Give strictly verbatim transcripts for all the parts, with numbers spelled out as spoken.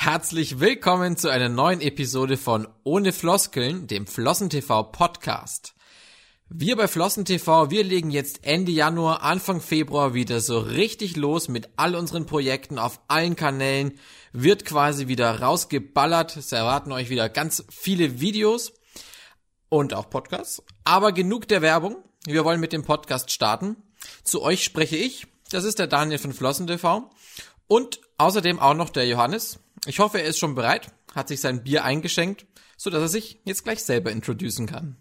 Herzlich willkommen zu einer neuen Episode von Ohne Floskeln, dem FlossenTV Podcast. Wir bei FlossenTV, wir legen jetzt Ende Januar, Anfang Februar wieder so richtig los mit all unseren Projekten auf allen Kanälen. Wird quasi wieder rausgeballert. Es erwarten euch wieder ganz viele Videos und auch Podcasts. Aber genug der Werbung. Wir wollen mit dem Podcast starten. Zu euch spreche ich. Das ist der Daniel von FlossenTV. Und außerdem auch noch der Johannes. Ich hoffe, er ist schon bereit, hat sich sein Bier eingeschenkt, sodass er sich jetzt gleich selber introducen kann.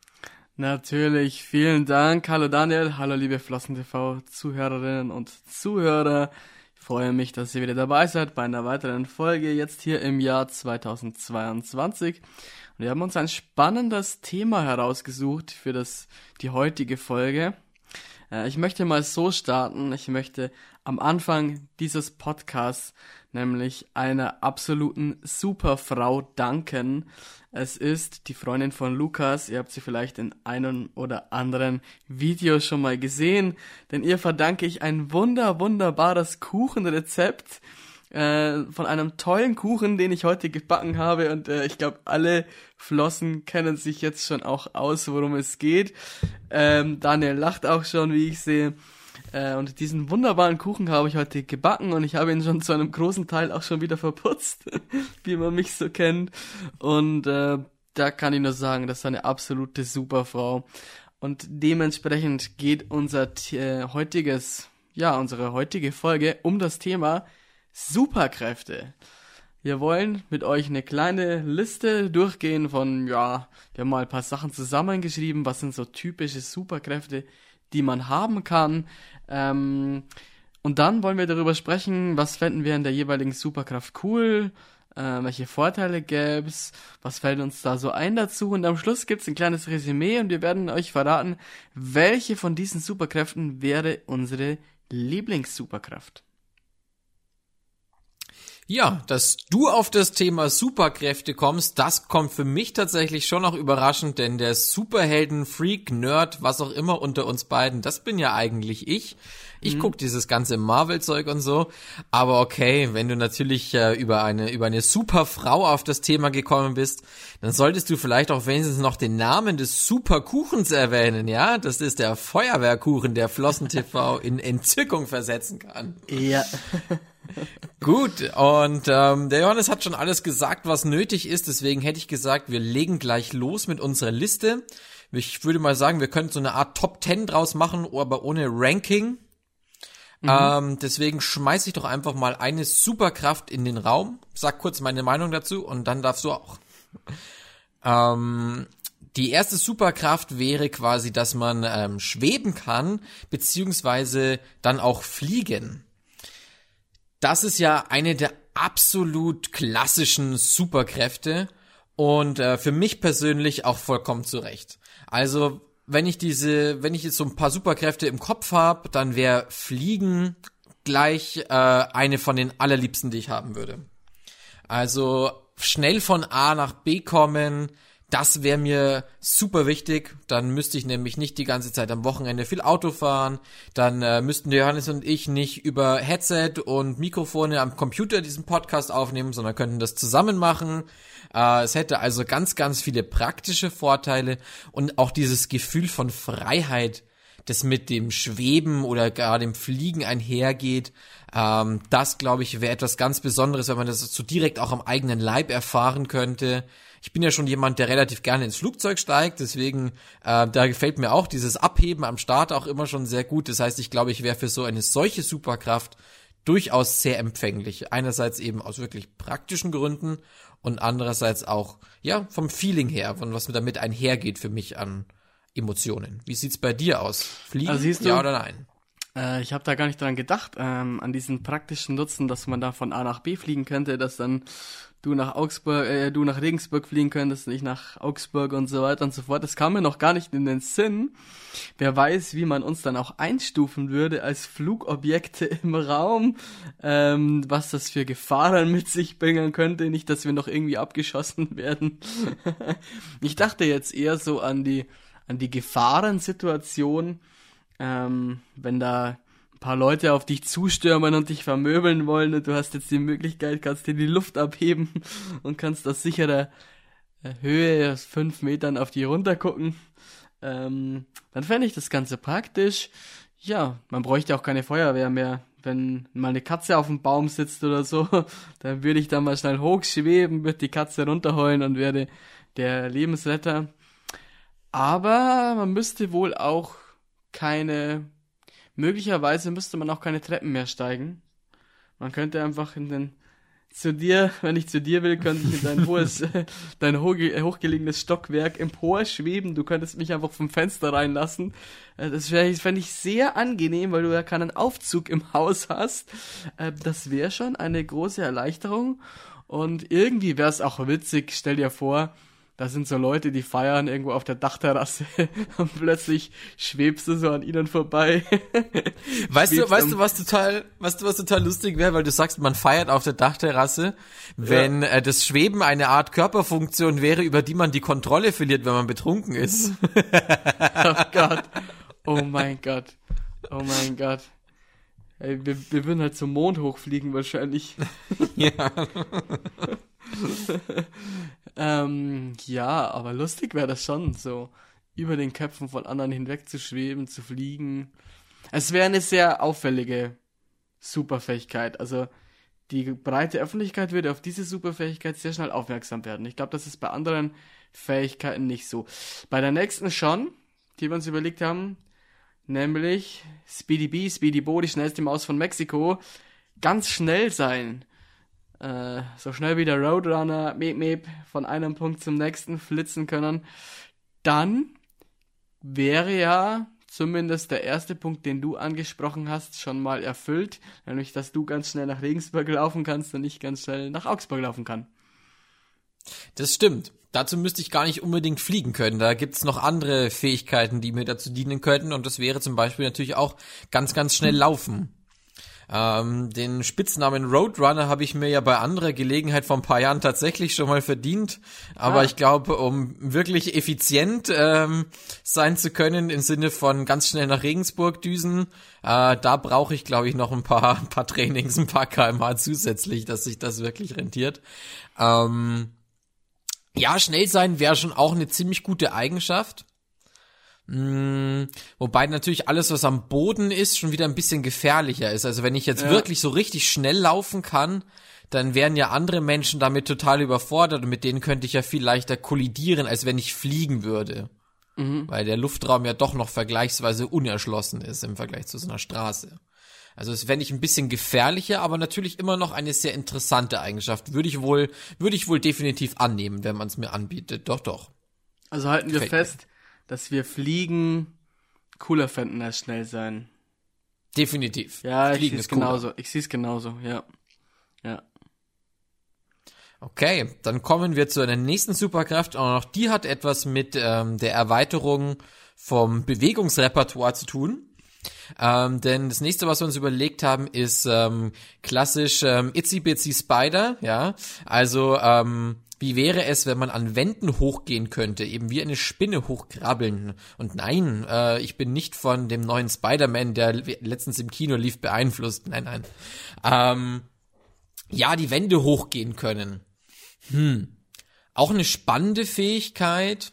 Natürlich, vielen Dank. Hallo Daniel, hallo liebe FlossenTV-Zuhörerinnen und Zuhörer. Ich freue mich, dass ihr wieder dabei seid bei einer weiteren Folge jetzt hier im Jahr zweitausendzweiundzwanzig. Und wir haben uns ein spannendes Thema herausgesucht für das die heutige Folge. Ich möchte mal so starten, ich möchte am Anfang dieses Podcasts nämlich einer absoluten Superfrau danken. Es ist die Freundin von Lukas, ihr habt sie vielleicht in einem oder anderen Video schon mal gesehen, denn ihr verdanke ich ein wunder, wunderbares Kuchenrezept äh, von einem tollen Kuchen, den ich heute gebacken habe und äh, ich glaube, alle Flossen kennen sich jetzt schon auch aus, worum es geht. Ähm, Daniel lacht auch schon, wie ich sehe. Äh, und diesen wunderbaren Kuchen habe ich heute gebacken und ich habe ihn schon zu einem großen Teil auch schon wieder verputzt, wie man mich so kennt. Und äh, da kann ich nur sagen, das ist eine absolute Superfrau. Und dementsprechend geht unser äh, heutiges, ja, unsere heutige Folge um das Thema Superkräfte. Wir wollen mit euch eine kleine Liste durchgehen von, ja, wir haben mal ein paar Sachen zusammengeschrieben, was sind so typische Superkräfte, die man haben kann. Ähm, und dann wollen wir darüber sprechen, was fänden wir in der jeweiligen Superkraft cool, äh, welche Vorteile gäb's, was fällt uns da so ein dazu. Und am Schluss gibt's ein kleines Resümee und wir werden euch verraten, welche von diesen Superkräften wäre unsere Lieblingssuperkraft. Ja, dass du auf das Thema Superkräfte kommst, das kommt für mich tatsächlich schon noch überraschend, denn der Superhelden, Freak, Nerd, was auch immer unter uns beiden, das bin ja eigentlich ich. Ich mhm. guck dieses ganze Marvel-Zeug und so, aber okay, wenn du natürlich äh, über eine über eine Superfrau auf das Thema gekommen bist, dann solltest du vielleicht auch wenigstens noch den Namen des Superkuchens erwähnen, ja? Das ist der Feuerwehrkuchen, der FlossenTV in Entzückung versetzen kann. Ja. Gut, und ähm, der Johannes hat schon alles gesagt, was nötig ist, deswegen hätte ich gesagt, wir legen gleich los mit unserer Liste. Ich würde mal sagen, wir könnten so eine Art Top Ten draus machen, aber ohne Ranking. Mhm. Ähm, deswegen schmeiße ich doch einfach mal eine Superkraft in den Raum, sag kurz meine Meinung dazu und dann darfst du auch. Ähm, die erste Superkraft wäre quasi, dass man ähm, schweben kann, beziehungsweise dann auch fliegen. Das ist ja eine der absolut klassischen Superkräfte und äh, für mich persönlich auch vollkommen zurecht. Also wenn ich diese, wenn ich jetzt so ein paar Superkräfte im Kopf habe, dann wäre Fliegen gleich äh, eine von den allerliebsten, die ich haben würde. Also schnell von A nach B kommen, das wäre mir super wichtig. Dann müsste ich nämlich nicht die ganze Zeit am Wochenende viel Auto fahren. Dann äh, müssten Johannes und ich nicht über Headset und Mikrofone am Computer diesen Podcast aufnehmen, sondern könnten das zusammen machen. Äh, es hätte also ganz, ganz viele praktische Vorteile und auch dieses Gefühl von Freiheit, das mit dem Schweben oder gar dem Fliegen einhergeht. Ähm, das, glaube ich, wäre etwas ganz Besonderes, wenn man das so direkt auch am eigenen Leib erfahren könnte. Ich bin ja schon jemand, der relativ gerne ins Flugzeug steigt, deswegen äh, da gefällt mir auch dieses Abheben am Start auch immer schon sehr gut. Das heißt, ich glaube, ich wäre für so eine solche Superkraft durchaus sehr empfänglich. Einerseits eben aus wirklich praktischen Gründen und andererseits auch ja vom Feeling her, von was damit einhergeht für mich an Emotionen. Wie sieht's bei dir aus? Fliegen, also siehst du, ja oder nein? Äh, ich habe da gar nicht dran gedacht, ähm, an diesen praktischen Nutzen, dass man da von A nach B fliegen könnte, dass dann du nach Augsburg, äh, du nach Regensburg fliegen könntest, nicht nach Augsburg und so weiter und so fort. Das kam mir noch gar nicht in den Sinn. Wer weiß, wie man uns dann auch einstufen würde als Flugobjekte im Raum, ähm, was das für Gefahren mit sich bringen könnte. Nicht, dass wir noch irgendwie abgeschossen werden. Ich dachte jetzt eher so an die an die Gefahrensituation, ähm, wenn da paar Leute auf dich zustürmen und dich vermöbeln wollen und du hast jetzt die Möglichkeit, kannst dir die Luft abheben und kannst aus sicherer Höhe aus fünf Metern auf die runter gucken, ähm, dann fände ich das Ganze praktisch. Ja, man bräuchte auch keine Feuerwehr mehr. Wenn mal eine Katze auf dem Baum sitzt oder so, dann würde ich da mal schnell hochschweben, würde die Katze runterheulen und wäre der Lebensretter. Aber man müsste wohl auch keine, möglicherweise müsste man auch keine Treppen mehr steigen. Man könnte einfach in den, zu dir, wenn ich zu dir will, könnte ich in dein hohes, dein hoch, hochgelegenes Stockwerk emporschweben. Du könntest mich einfach vom Fenster reinlassen. Das fände ich sehr angenehm, weil du ja keinen Aufzug im Haus hast. Das wäre schon eine große Erleichterung. Und irgendwie wäre es auch witzig, stell dir vor, da sind so Leute, die feiern irgendwo auf der Dachterrasse und plötzlich schwebst du so an ihnen vorbei. Weißt du, weißt du, was total, weißt du, was total lustig wäre, weil du sagst, man feiert auf der Dachterrasse, wenn ja. äh, das Schweben eine Art Körperfunktion wäre, über die man die Kontrolle verliert, wenn man betrunken ist. Oh Gott. Oh mein Gott. Oh mein Gott. Ey, wir, wir würden halt zum Mond hochfliegen wahrscheinlich. Ja. ähm, ja, aber lustig wäre das schon, so über den Köpfen von anderen hinweg zu schweben, zu fliegen. Es wäre eine sehr auffällige Superfähigkeit. Also die breite Öffentlichkeit würde auf diese Superfähigkeit sehr schnell aufmerksam werden. Ich glaube, das ist bei anderen Fähigkeiten nicht so. Bei der nächsten schon, die wir uns überlegt haben, nämlich Speedy B, Speedy Bo, die schnellste Maus von Mexiko, ganz schnell sein. Äh, so schnell wie der Roadrunner, meep, meep, von einem Punkt zum nächsten flitzen können, dann wäre ja zumindest der erste Punkt, den du angesprochen hast, schon mal erfüllt, nämlich, dass du ganz schnell nach Regensburg laufen kannst und ich ganz schnell nach Augsburg laufen kann. Das stimmt. Dazu müsste ich gar nicht unbedingt fliegen können. Da gibt's noch andere Fähigkeiten, die mir dazu dienen könnten, und das wäre zum Beispiel natürlich auch ganz, ganz schnell laufen. Ähm, den Spitznamen Roadrunner habe ich mir ja bei anderer Gelegenheit vor ein paar Jahren tatsächlich schon mal verdient, aber ah. ich glaube, um wirklich effizient ähm, sein zu können im Sinne von ganz schnell nach Regensburg düsen, äh, da brauche ich, glaube ich, noch ein paar, ein paar Trainings, ein paar Kilometer pro Stunde zusätzlich, dass sich das wirklich rentiert. Ähm, ja, schnell sein wäre schon auch eine ziemlich gute Eigenschaft. Mm, wobei natürlich alles, was am Boden ist, schon wieder ein bisschen gefährlicher ist. Also wenn ich jetzt ja. wirklich so richtig schnell laufen kann, dann wären ja andere Menschen damit total überfordert und mit denen könnte ich ja viel leichter kollidieren, als wenn ich fliegen würde. Mhm. Weil der Luftraum ja doch noch vergleichsweise unerschlossen ist im Vergleich zu so einer Straße. Also es wäre nicht ein bisschen gefährlicher, aber natürlich immer noch eine sehr interessante Eigenschaft. Würde ich wohl, würde ich wohl definitiv annehmen, wenn man es mir anbietet. Doch, doch. Also halten wir fest, dass wir Fliegen cooler fänden als schnell sein. Definitiv. Ja, Fliegen ich sehe es genauso. Ich sehe es genauso, ja. Ja. Okay, dann kommen wir zu einer nächsten Superkraft. Und auch die hat etwas mit ähm, der Erweiterung vom Bewegungsrepertoire zu tun. Ähm, denn das nächste, was wir uns überlegt haben, ist ähm, klassisch ähm, Itsy Bitsy Spider, ja. Also ähm, wie wäre es, wenn man an Wänden hochgehen könnte, eben wie eine Spinne hochkrabbeln? Und nein, äh, ich bin nicht von dem neuen Spider-Man, der letztens im Kino lief, beeinflusst. Nein, nein. Ähm, ja, die Wände hochgehen können. Hm. Auch eine spannende Fähigkeit,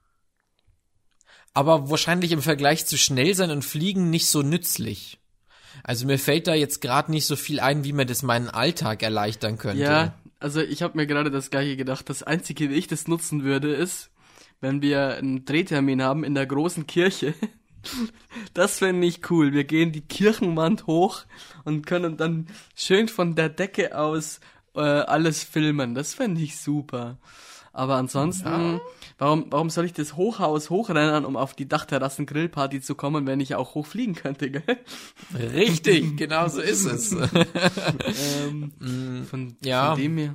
aber wahrscheinlich im Vergleich zu schnell sein und fliegen nicht so nützlich. Also mir fällt da jetzt gerade nicht so viel ein, wie mir das meinen Alltag erleichtern könnte. Ja, also ich habe mir gerade das Gleiche gedacht. Das Einzige, wie ich das nutzen würde, ist, wenn wir einen Drehtermin haben in der großen Kirche. Das fände ich cool. Wir gehen die Kirchenwand hoch und können dann schön von der Decke aus äh, alles filmen. Das fände ich super. Aber ansonsten, ja. warum warum soll ich das Hochhaus hochrennen, um auf die Dachterrassen-Grillparty zu kommen, wenn ich auch hochfliegen könnte, gell? Richtig, genau so ist es. ähm, von, ja. von dem her.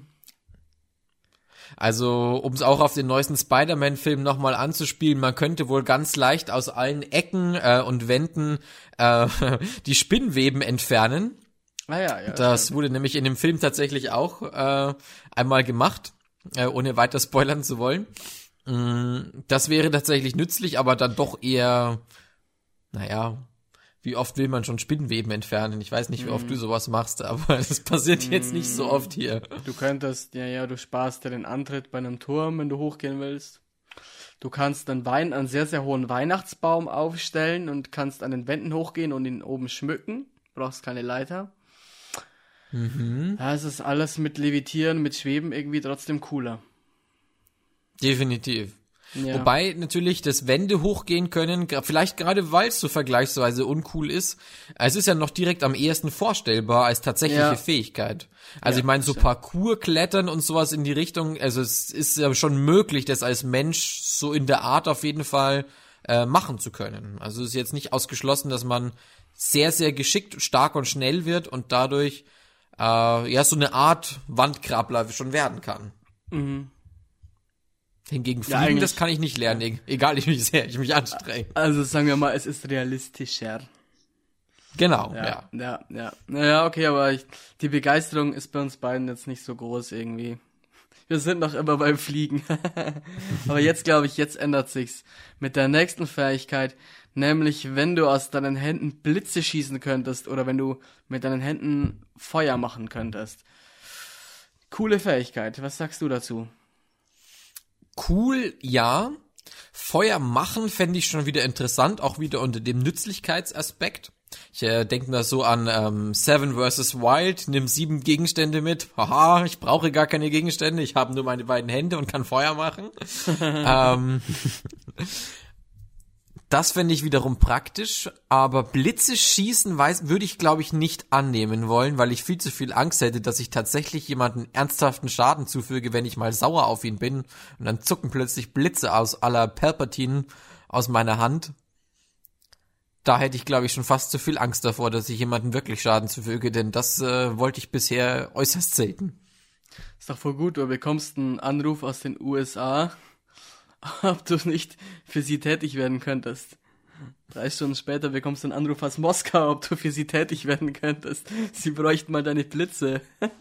Also, um es auch auf den neuesten Spider-Man-Film nochmal anzuspielen, man könnte wohl ganz leicht aus allen Ecken äh, und Wänden äh, die Spinnweben entfernen. Ah ja, ja. Das wurde nämlich in dem Film tatsächlich auch äh, einmal gemacht. Äh, ohne weiter spoilern zu wollen. Mm, das wäre tatsächlich nützlich, aber dann doch eher, naja, wie oft will man schon Spinnweben entfernen? Ich weiß nicht, wie oft du sowas machst, aber das passiert jetzt nicht so oft hier. Du könntest, ja, ja, du sparst dir den Antritt bei einem Turm, wenn du hochgehen willst. Du kannst einen Wein, einen sehr, sehr hohen Weihnachtsbaum aufstellen und kannst an den Wänden hochgehen und ihn oben schmücken. Brauchst keine Leiter. Mhm. Ja, es ist alles mit Levitieren, mit Schweben irgendwie trotzdem cooler. Definitiv. Ja. Wobei natürlich das Wände hochgehen können, gra- vielleicht gerade weil es so vergleichsweise uncool ist. Es ist ja noch direkt am ehesten vorstellbar als tatsächliche Ja. Fähigkeit. Also Ja, ich meine, so stimmt. Parkour klettern und sowas in die Richtung, also es ist ja schon möglich, das als Mensch so in der Art auf jeden Fall äh, machen zu können. Also es ist jetzt nicht ausgeschlossen, dass man sehr, sehr geschickt, stark und schnell wird und dadurch äh, ja so eine Art Wandkrabbler schon werden kann. Mhm. Hingegen Ja, fliegen, eigentlich- das kann ich nicht lernen, e- egal wie sehr ich mich anstrenge. Also sagen wir mal, es ist realistischer. Genau, ja. Ja, ja, ja. Naja, okay, aber ich, die Begeisterung ist bei uns beiden jetzt nicht so groß irgendwie. Wir sind noch immer beim Fliegen. Aber jetzt glaube ich, jetzt ändert sich's. Mit der nächsten Fähigkeit, nämlich wenn du aus deinen Händen Blitze schießen könntest oder wenn du mit deinen Händen Feuer machen könntest. Coole Fähigkeit. Was sagst du dazu? Cool, ja. Feuer machen fände ich schon wieder interessant, auch wieder unter dem Nützlichkeitsaspekt. Ich äh, denke da so an ähm, Seven versus. Wild, nimm sieben Gegenstände mit. Haha, ich brauche gar keine Gegenstände, ich habe nur meine beiden Hände und kann Feuer machen. ähm, das fände ich wiederum praktisch, aber Blitze schießen weiß, würde ich glaube ich nicht annehmen wollen, weil ich viel zu viel Angst hätte, dass ich tatsächlich jemanden ernsthaften Schaden zufüge, wenn ich mal sauer auf ihn bin und dann zucken plötzlich Blitze aus à la Palpatine aus meiner Hand. Da hätte ich, glaube ich, schon fast zu viel Angst davor, dass ich jemanden wirklich Schaden zufüge, denn das äh, wollte ich bisher äußerst selten. Ist doch voll gut, du bekommst einen Anruf aus den U S A, ob du nicht für sie tätig werden könntest. Drei Stunden später bekommst du einen Anruf aus Moskau, ob du für sie tätig werden könntest. Sie bräuchten mal deine Blitze.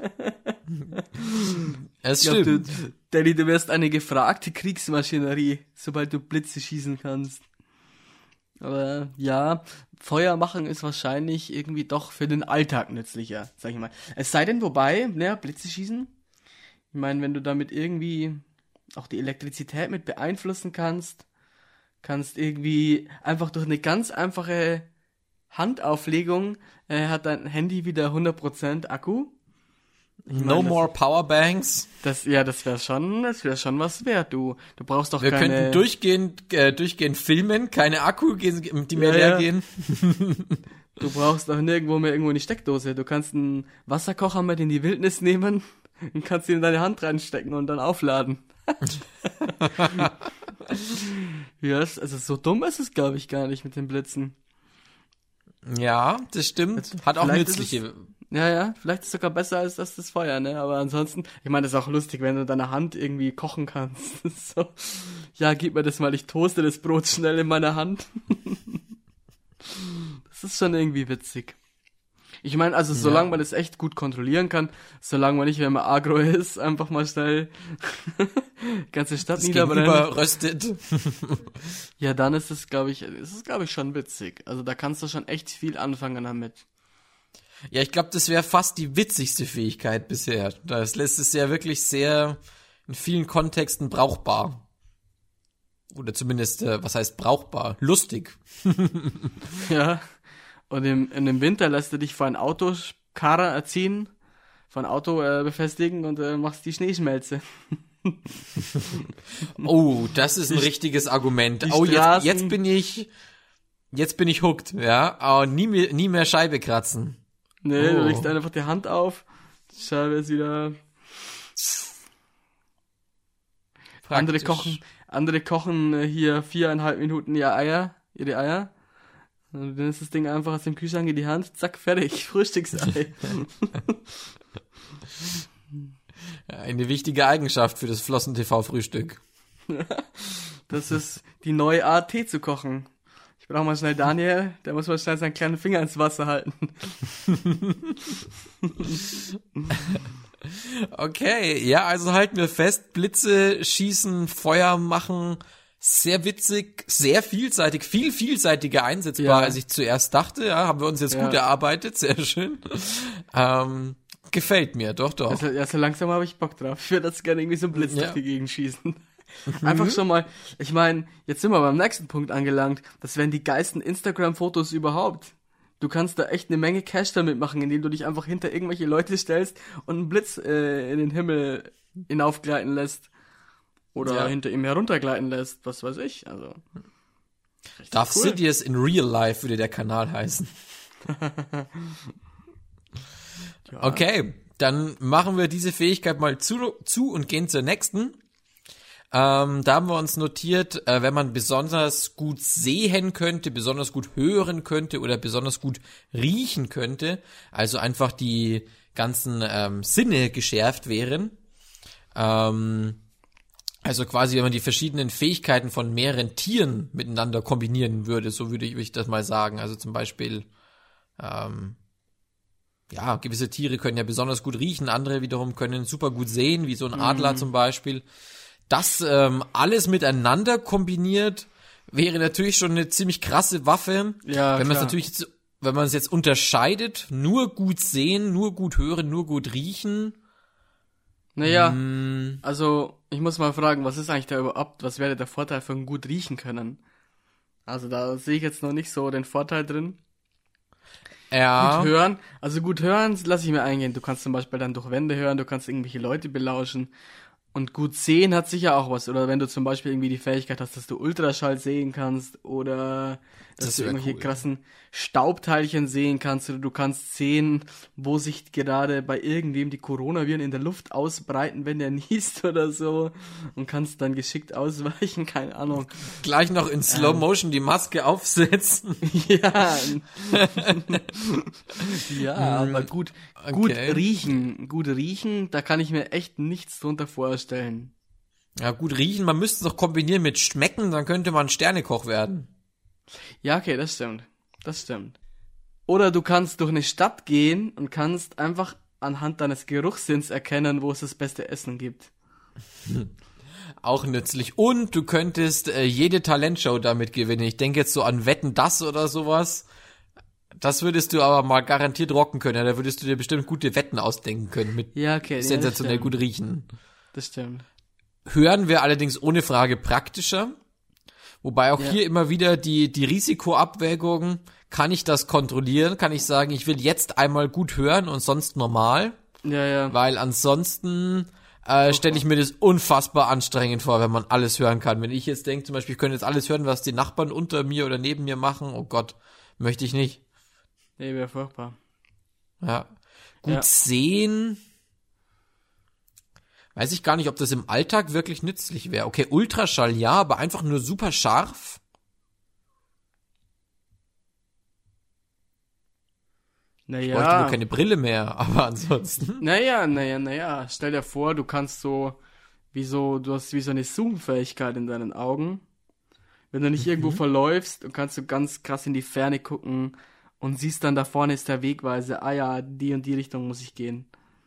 Es Ich glaub, stimmt. du, Danny, du wärst eine gefragte Kriegsmaschinerie, sobald du Blitze schießen kannst. Aber ja, Feuer machen ist wahrscheinlich irgendwie doch für den Alltag nützlicher, sag ich mal. Es sei denn, wobei, ne, Blitze schießen. Ich meine, wenn du damit irgendwie auch die Elektrizität mit beeinflussen kannst, kannst irgendwie einfach durch eine ganz einfache Handauflegung äh, hat dein Handy wieder hundert Prozent Akku. Ich No mein, more Powerbanks. Das, ja, das wäre schon, das wäre schon was wert, du. Du brauchst doch Wir keine... könnten durchgehend, äh, durchgehend filmen, keine Akku, gehen- die mehr Ja, leer ja. gehen. Du brauchst auch nirgendwo mehr irgendwo eine Steckdose. Du kannst einen Wasserkocher mit in die Wildnis nehmen und kannst ihn in deine Hand reinstecken und dann aufladen. Ja, es- also so dumm ist es, glaube ich, gar nicht mit den Blitzen. Ja, das stimmt. Hat auch Vielleicht ist nützliche. Ja, ja, vielleicht ist es sogar besser als das, das Feuer, ne? Aber ansonsten, ich meine, das ist auch lustig, wenn du deine Hand irgendwie kochen kannst. So, ja, gib mir das mal, ich toaste das Brot schnell in meiner Hand. Das ist schon irgendwie witzig. Ich meine, also solange man das echt gut kontrollieren kann, solange man nicht, wenn man agro ist, einfach mal schnell die ganze Stadt Das niederbrennt. Gegenüber röstet. Ja, dann ist es, glaube ich, ist es, glaube ich, schon witzig. Also da kannst du schon echt viel anfangen damit. Ja, ich glaube, das wäre fast die witzigste Fähigkeit bisher. Das lässt es ja wirklich sehr in vielen Kontexten brauchbar. Oder zumindest, äh, was heißt brauchbar? Lustig. Ja. Und im, in dem Winter lässt du dich vor ein Autokarrer erziehen, vor ein Auto äh, befestigen und äh, machst die Schneeschmelze. Oh, das ist ein richtiges Argument. die Oh, jetzt, Straßen- jetzt bin ich, jetzt bin ich hooked, ja. Aber nie mehr, nie mehr Scheibe kratzen. Nee, Oh. du legst einfach die Hand auf, die Scheibe ist wieder... Andere Praktisch. kochen, andere kochen äh, hier viereinhalb Minuten ihre Eier, ihre Eier. Und dann ist das Ding einfach aus dem Kühlschrank in die Hand, zack, fertig, Frühstücksei. Eine wichtige Eigenschaft für das Flossen-T V-Frühstück. Das ist die neue Art, Tee zu kochen. Ich brauche mal schnell Daniel, der muss mal schnell seinen kleinen Finger ins Wasser halten. Okay, ja, also halten wir fest, Blitze schießen, Feuer machen, sehr witzig, sehr vielseitig, viel vielseitiger einsetzbar, Ja. als ich zuerst dachte. Ja, haben wir uns jetzt Ja. gut erarbeitet, sehr schön. Ähm, gefällt mir, doch, doch. Also, ja, so langsam habe ich Bock drauf. Ich würde das gerne irgendwie so einen Blitz Ja. durch die Gegend schießen. Einfach schon mal, ich meine, jetzt sind wir beim nächsten Punkt angelangt. Das wären die geilsten Instagram-Fotos überhaupt. Du kannst da echt eine Menge Cash damit machen, indem du dich einfach hinter irgendwelche Leute stellst und einen Blitz äh, in den Himmel hinaufgleiten lässt. Oder Ja. hinter ihm heruntergleiten lässt, was weiß ich. Also. Darth cool. Sidious in Real Life würde der Kanal heißen. Ja. Okay, dann machen wir diese Fähigkeit mal zu, zu und gehen zur nächsten. Ähm, da haben wir uns notiert, äh, wenn man besonders gut sehen könnte, besonders gut hören könnte oder besonders gut riechen könnte, also einfach die ganzen ähm, Sinne geschärft wären. Ähm, also quasi, wenn man die verschiedenen Fähigkeiten von mehreren Tieren miteinander kombinieren würde, so würde ich, würde ich das mal sagen. Also zum Beispiel, ähm, ja, gewisse Tiere können ja besonders gut riechen, andere wiederum können super gut sehen, wie so ein Adler zum Beispiel. Das ähm, alles miteinander kombiniert wäre natürlich schon eine ziemlich krasse Waffe. Ja, wenn man es klar. natürlich jetzt, wenn man es jetzt unterscheidet, nur gut sehen, nur gut hören, nur gut riechen. Naja, Mm, also ich muss mal fragen, was ist eigentlich da überhaupt, was wäre der Vorteil von gut riechen können? Also da sehe ich jetzt noch nicht so den Vorteil drin. ja, Gut hören, also gut hören lasse ich mir eingehen. Du kannst zum Beispiel dann durch Wände hören, du kannst irgendwelche Leute belauschen. Und gut sehen hat sicher auch was. Oder wenn du zum Beispiel irgendwie die Fähigkeit hast, dass du Ultraschall sehen kannst oder dass Das du wär irgendwelche cool. krassen Staubteilchen sehen kannst oder du kannst sehen, wo sich gerade bei irgendwem die Coronaviren in der Luft ausbreiten, wenn der niest oder so und kannst dann geschickt ausweichen, keine Ahnung. gleich noch in Slow Motion die Maske aufsetzen. Ja. Ja, aber gut, gut Okay. riechen, gut riechen, da kann ich mir echt nichts drunter vorstellen. Ja, gut riechen, man müsste es noch kombinieren mit schmecken, dann könnte man Sternekoch werden. Ja, okay, das stimmt. Das stimmt. Oder du kannst durch eine Stadt gehen und kannst einfach anhand deines Geruchssinns erkennen, wo es das beste Essen gibt. Auch nützlich. Und du könntest äh, jede Talentshow damit gewinnen. Ich denke jetzt so an Wetten, das oder sowas. Das würdest du aber mal garantiert rocken können. Ja, da würdest du dir bestimmt gute Wetten ausdenken können mit Ja, okay. Ja, sensationell das stimmt. gut riechen. Das stimmt. Hören wir allerdings ohne Frage praktischer. Wobei auch Ja. hier immer wieder die, die Risikoabwägung, kann ich das kontrollieren? Kann ich sagen, ich will jetzt einmal gut hören und sonst normal? Ja, ja. Weil ansonsten äh, stelle ich mir das unfassbar anstrengend vor, wenn man alles hören kann. Wenn ich jetzt denke, zum Beispiel, ich könnte jetzt alles hören, was die Nachbarn unter mir oder neben mir machen, oh Gott, möchte ich nicht. Nee, wäre furchtbar. Ja. Gut Ja. sehen, weiß ich gar nicht, ob das im Alltag wirklich nützlich wäre. Okay, Ultraschall ja, aber einfach nur super scharf. Ich bräuchte Naja. nur keine Brille mehr, aber ansonsten. Naja, naja, naja. Stell dir vor, du kannst so, wie so, du hast wie so eine Zoom-Fähigkeit in deinen Augen. Wenn du nicht irgendwo verläufst, dann kannst du ganz krass in die Ferne gucken und siehst dann, da vorne ist der Wegweiser. Ah ja, die und die Richtung muss ich gehen.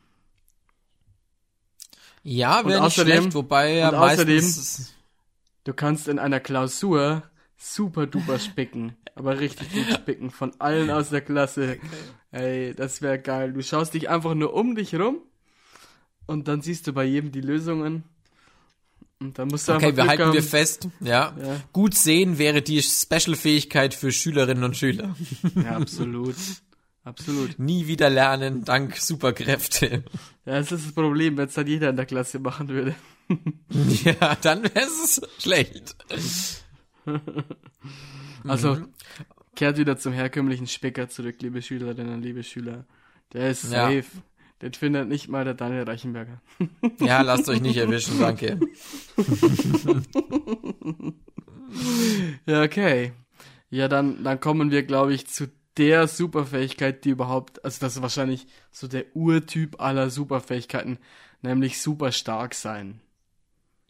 Ja, Und wäre nicht außerdem- schlecht, wobei ja und außerdem- meistens... Du kannst in einer Klausur super duper spicken. Aber richtig gut spicken. Von allen aus der Klasse. Ey, das wäre geil. Du schaust dich einfach nur um dich rum und dann siehst du bei jedem die Lösungen. Und dann musst du Okay, einfach wir Glück halten haben. wir fest, ja. Ja. Gut sehen wäre die Special-Fähigkeit für Schülerinnen und Schüler. Ja, absolut. Absolut. Nie wieder lernen, dank Superkräfte. Ja, das ist das Problem, wenn es dann jeder in der Klasse machen würde. Ja, dann wäre es schlecht. Also, Mhm. kehrt wieder zum herkömmlichen Spicker zurück, liebe Schülerinnen, liebe Schüler. Der ist Ja. safe. Den findet nicht mal der Daniel Reichenberger. Ja, lasst euch nicht erwischen, danke. Ja, okay. Ja, dann, dann kommen wir, glaube ich, zu der Superfähigkeit, die überhaupt, also das ist wahrscheinlich so der Urtyp aller Superfähigkeiten, nämlich super stark sein.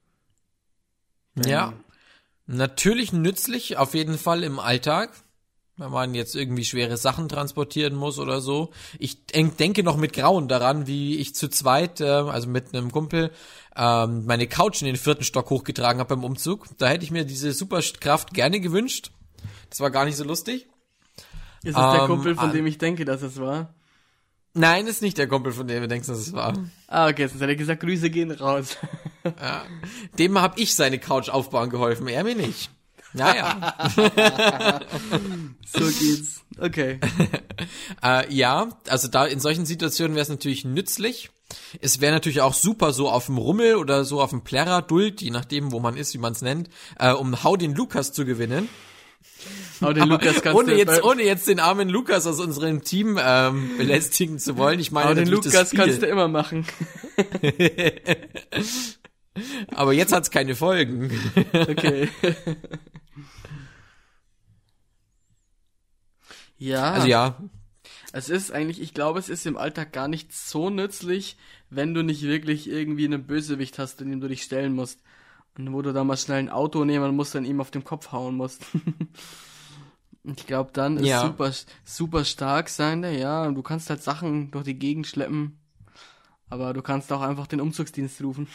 Ja, natürlich nützlich, auf jeden Fall im Alltag. wenn man jetzt irgendwie schwere Sachen transportieren muss oder so. Ich denk, denke noch mit Grauen daran, wie ich zu zweit, äh, also mit einem Kumpel, ähm, meine Couch in den vierten Stock hochgetragen habe beim Umzug. Da hätte ich mir diese Superkraft gerne gewünscht. Das war gar nicht so lustig. Ist das der Ähm, Kumpel, von ah. dem ich denke, dass es war? Nein, ist nicht der Kumpel, von dem du denkst, dass es war. Ah, okay, sonst hätte ich gesagt, Grüße gehen raus. Ja. Dem habe ich seine Couch aufbauen geholfen, er mir nicht. Naja. So geht's. Okay. äh, ja, also da in solchen Situationen wäre es natürlich nützlich. Es wäre natürlich auch super so auf dem Rummel oder so auf dem Plärrer, Duld, je nachdem, wo man ist, wie man es nennt, äh, um Hau den Lukas zu gewinnen. Hau den Lukas kannst ohne du, jetzt, äh, ohne jetzt den armen Lukas aus unserem Team ähm, belästigen zu wollen. Ich meine, Hau den natürlich Lukas das Spiel. kannst du immer machen. Aber jetzt hat's keine Folgen. Okay. Ja. Also ja. Es ist eigentlich, ich glaube, es ist im Alltag gar nicht so nützlich, wenn du nicht wirklich irgendwie einen Bösewicht hast, in dem du dich stellen musst. Und wo du da mal schnell ein Auto nehmen musst und ihm auf den Kopf hauen musst. Ich glaube, dann ist Ja. super, super stark sein, ja. Und du kannst halt Sachen durch die Gegend schleppen. Aber du kannst auch einfach den Umzugsdienst rufen.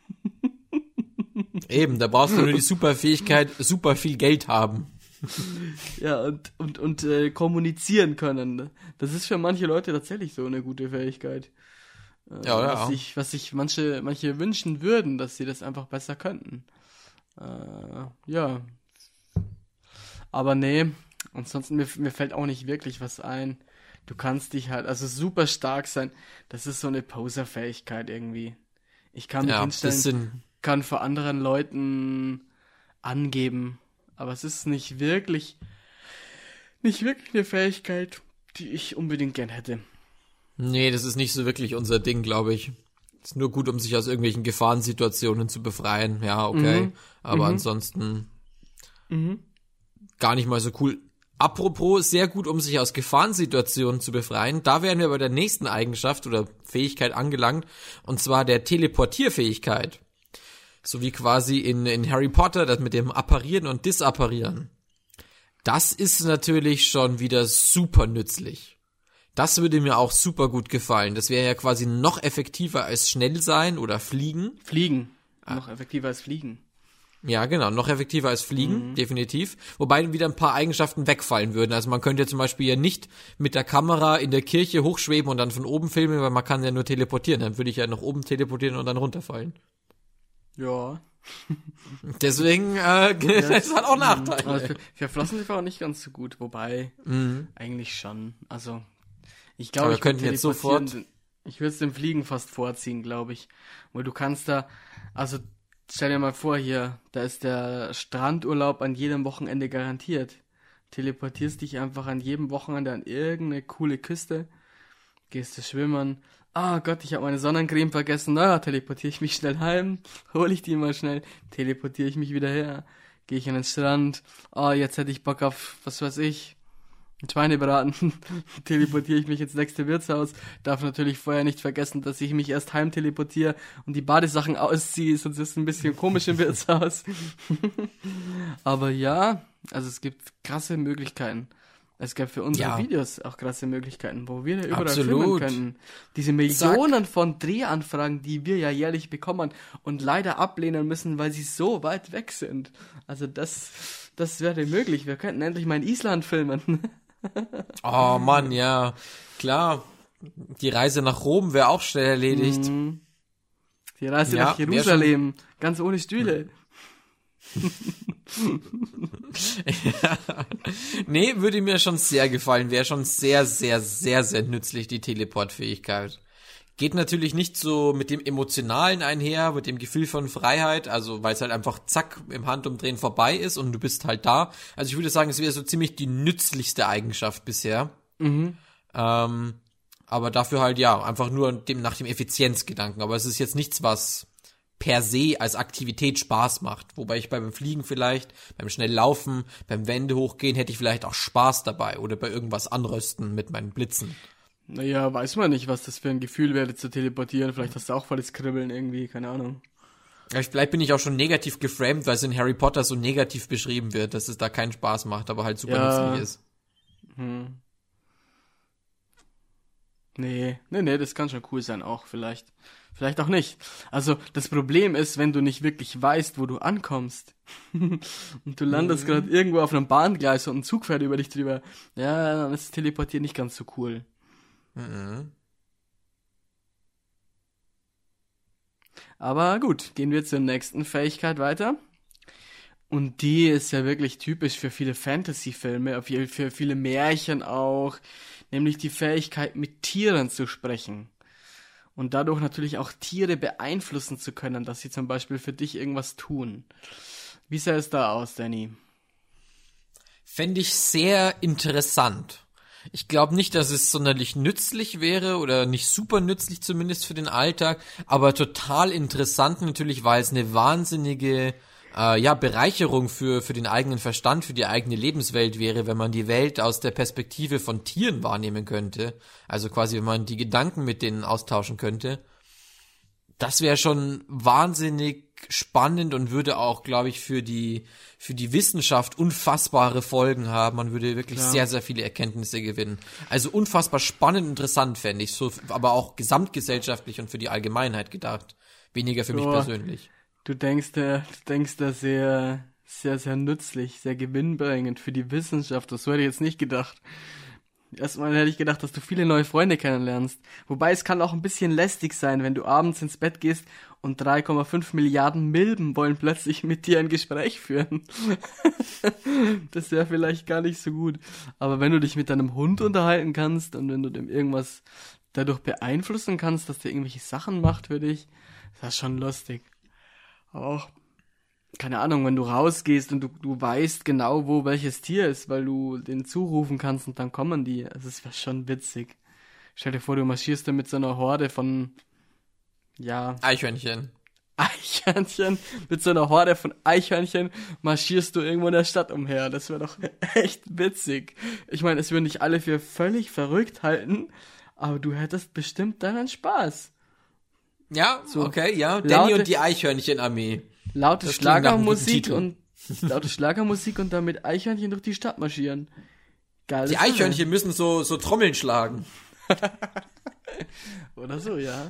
Eben, da brauchst du nur die Superfähigkeit, super viel Geld haben. Ja, und, und, und äh, kommunizieren können. Das ist für manche Leute tatsächlich so eine gute Fähigkeit. Äh, Ja, oder? Was sich, was sich manche, manche wünschen würden, dass sie das einfach besser könnten. Äh, ja. Aber nee, ansonsten, mir, mir fällt auch nicht wirklich was ein. Du kannst dich halt, also super stark sein. Das ist so eine Poser-Fähigkeit irgendwie. Ich kann mich Ja, hinstellen, das sind, kann vor anderen Leuten angeben. Aber es ist nicht wirklich, nicht wirklich eine Fähigkeit, die ich unbedingt gern hätte. nee, das ist nicht so wirklich unser Ding, glaube ich. Ist nur gut, um sich aus irgendwelchen Gefahrensituationen zu befreien. Ja, okay. Mhm. Aber Mhm. ansonsten Mhm. gar nicht mal so cool. Apropos, sehr gut, um sich aus Gefahrensituationen zu befreien. Da wären wir bei der nächsten Eigenschaft oder Fähigkeit angelangt. Und zwar der Teleportierfähigkeit. So wie quasi in, in Harry Potter, das mit dem Apparieren und Disapparieren. Das ist natürlich schon wieder super nützlich. Das würde mir auch super gut gefallen. Das wäre ja quasi noch effektiver als schnell sein oder fliegen. Fliegen. Noch effektiver als Fliegen. Ja, genau, noch effektiver als Fliegen, definitiv. Wobei wieder ein paar Eigenschaften wegfallen würden. Also man könnte ja zum Beispiel ja nicht mit der Kamera in der Kirche hochschweben und dann von oben filmen, weil man kann ja nur teleportieren. Dann würde ich ja nach oben teleportieren und dann runterfallen. Ja. Deswegen, äh, das hat auch Nachteile. Also für, für Flossen ist auch nicht ganz so gut, wobei, Mhm. eigentlich schon. Also, ich Aber glaube, wir ich könnten würd jetzt teleportieren- sofort- Ich würde es dem Fliegen fast vorziehen, glaube ich. Weil du kannst da, also, stell dir mal vor hier, da ist der Strandurlaub an jedem Wochenende garantiert. Teleportierst dich einfach an jedem Wochenende an irgendeine coole Küste, gehst du schwimmen. Ah Gott, ich habe meine Sonnencreme vergessen. Na, teleportiere ich mich schnell heim, hole ich die mal schnell, teleportiere ich mich wieder her, gehe ich an den Strand. Ah, jetzt hätte ich Bock auf, was weiß ich, ein Schweinebraten. Teleportiere ich mich ins nächste Wirtshaus. Darf natürlich vorher nicht vergessen, dass ich mich erst heim teleportiere und die Badesachen ausziehe, sonst ist es ein bisschen komisch im Wirtshaus. Aber ja, also es gibt krasse Möglichkeiten. Es gab für unsere Ja. Videos auch krasse Möglichkeiten, wo wir da überall Absolut. filmen könnten. Diese Millionen von Drehanfragen, die wir ja jährlich bekommen und leider ablehnen müssen, weil sie so weit weg sind. Also das, das wäre möglich. Wir könnten endlich mal in Island filmen. Oh Mann, ja, klar. Die Reise nach Rom wäre auch schnell erledigt. Mhm. Die Reise Ja, nach wär Jerusalem, ganz ohne Stühle. Nee, würde mir schon sehr gefallen. Wäre schon sehr, sehr, sehr, sehr nützlich, die Teleportfähigkeit. Geht natürlich nicht so mit dem Emotionalen einher, mit dem Gefühl von Freiheit, also weil es halt einfach zack im Handumdrehen vorbei ist und du bist halt da. Also ich würde sagen, es wäre so ziemlich die nützlichste Eigenschaft bisher. Mhm. Ähm, aber dafür halt ja, einfach nur dem, nach dem Effizienzgedanken. Aber es ist jetzt nichts, was per se als Aktivität Spaß macht. Wobei ich beim Fliegen vielleicht, beim Schnelllaufen, beim Wände hochgehen, hätte ich vielleicht auch Spaß dabei. Oder bei irgendwas anrösten mit meinen Blitzen. Naja, weiß man nicht, was das für ein Gefühl wäre, zu teleportieren. Vielleicht hast du auch voll das Kribbeln irgendwie, keine Ahnung. Ja, vielleicht bin ich auch schon negativ geframed, weil es in Harry Potter so negativ beschrieben wird, dass es da keinen Spaß macht, aber halt super Ja. nützlich ist. Hm. Nee, nee, nee, das kann schon cool sein auch, vielleicht. Vielleicht auch nicht. Also, das Problem ist, wenn du nicht wirklich weißt, wo du ankommst und du landest Mhm. gerade irgendwo auf einem Bahngleis und ein Zug fährt über dich drüber, ja, dann ist das Teleportieren nicht ganz so cool. Mhm. Aber gut, gehen wir zur nächsten Fähigkeit weiter. Und die ist ja wirklich typisch für viele Fantasy-Filme, für für viele Märchen auch, nämlich die Fähigkeit, mit Tieren zu sprechen. Und dadurch natürlich auch Tiere beeinflussen zu können, dass sie zum Beispiel für dich irgendwas tun. Wie sah es da aus, Danny? Fände ich sehr interessant. Ich glaube nicht, dass es sonderlich nützlich wäre oder nicht super nützlich zumindest für den Alltag, aber total interessant natürlich, weil es eine wahnsinnige äh, ja, Bereicherung für für den eigenen Verstand, für die eigene Lebenswelt wäre, wenn man die Welt aus der Perspektive von Tieren wahrnehmen könnte. Also quasi, wenn man die Gedanken mit denen austauschen könnte. Das wäre schon wahnsinnig spannend und würde auch, glaube ich, für die für die Wissenschaft unfassbare Folgen haben. Man würde wirklich Klar. sehr, sehr viele Erkenntnisse gewinnen. Also unfassbar spannend und interessant fände ich, so, aber auch gesamtgesellschaftlich und für die Allgemeinheit gedacht. Weniger für mich Ja. persönlich. Du denkst, äh, du denkst da sehr, sehr, sehr nützlich, sehr gewinnbringend für die Wissenschaft. Das hätte ich jetzt nicht gedacht. Erstmal hätte ich gedacht, dass du viele neue Freunde kennenlernst. Wobei es kann auch ein bisschen lästig sein, wenn du abends ins Bett gehst und drei Komma fünf Milliarden Milben wollen plötzlich mit dir ein Gespräch führen. Das wäre vielleicht gar nicht so gut. Aber wenn du dich mit deinem Hund unterhalten kannst und wenn du dem irgendwas dadurch beeinflussen kannst, dass der irgendwelche Sachen macht für dich, ist das schon lustig. Aber auch, keine Ahnung, wenn du rausgehst und du, du weißt genau, wo welches Tier ist, weil du den zurufen kannst und dann kommen die. Also es wäre schon witzig. Stell dir vor, du marschierst da mit so einer Horde von, ja, Eichhörnchen. Eichhörnchen, mit so einer Horde von Eichhörnchen marschierst du irgendwo in der Stadt umher. Das wäre doch echt witzig. Ich meine, es würden nicht alle für völlig verrückt halten, aber du hättest bestimmt deinen Spaß. Ja, So, okay, ja. Danny laute- und die Eichhörnchenarmee. Laute Das klingt nach einem guten Schlagermusik Titel. und laute Schlagermusik und dann mit Eichhörnchen durch die Stadt marschieren. Geil. Die Eichhörnchen müssen so so Trommeln schlagen. Oder so, ja.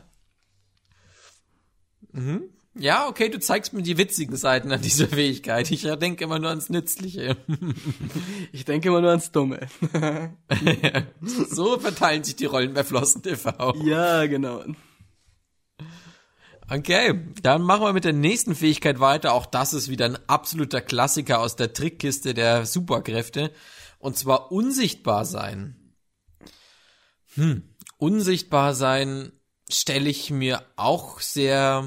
Ja, okay, du zeigst mir die witzigen Seiten an dieser Fähigkeit. Ich denke immer nur ans Nützliche. Ich denke immer nur ans Dumme. So verteilen sich die Rollen bei Flossen T V. Ja, genau. Okay, dann machen wir mit der nächsten Fähigkeit weiter. Auch das ist wieder ein absoluter Klassiker aus der Trickkiste der Superkräfte. Und zwar unsichtbar sein. Hm, unsichtbar sein stelle ich mir auch sehr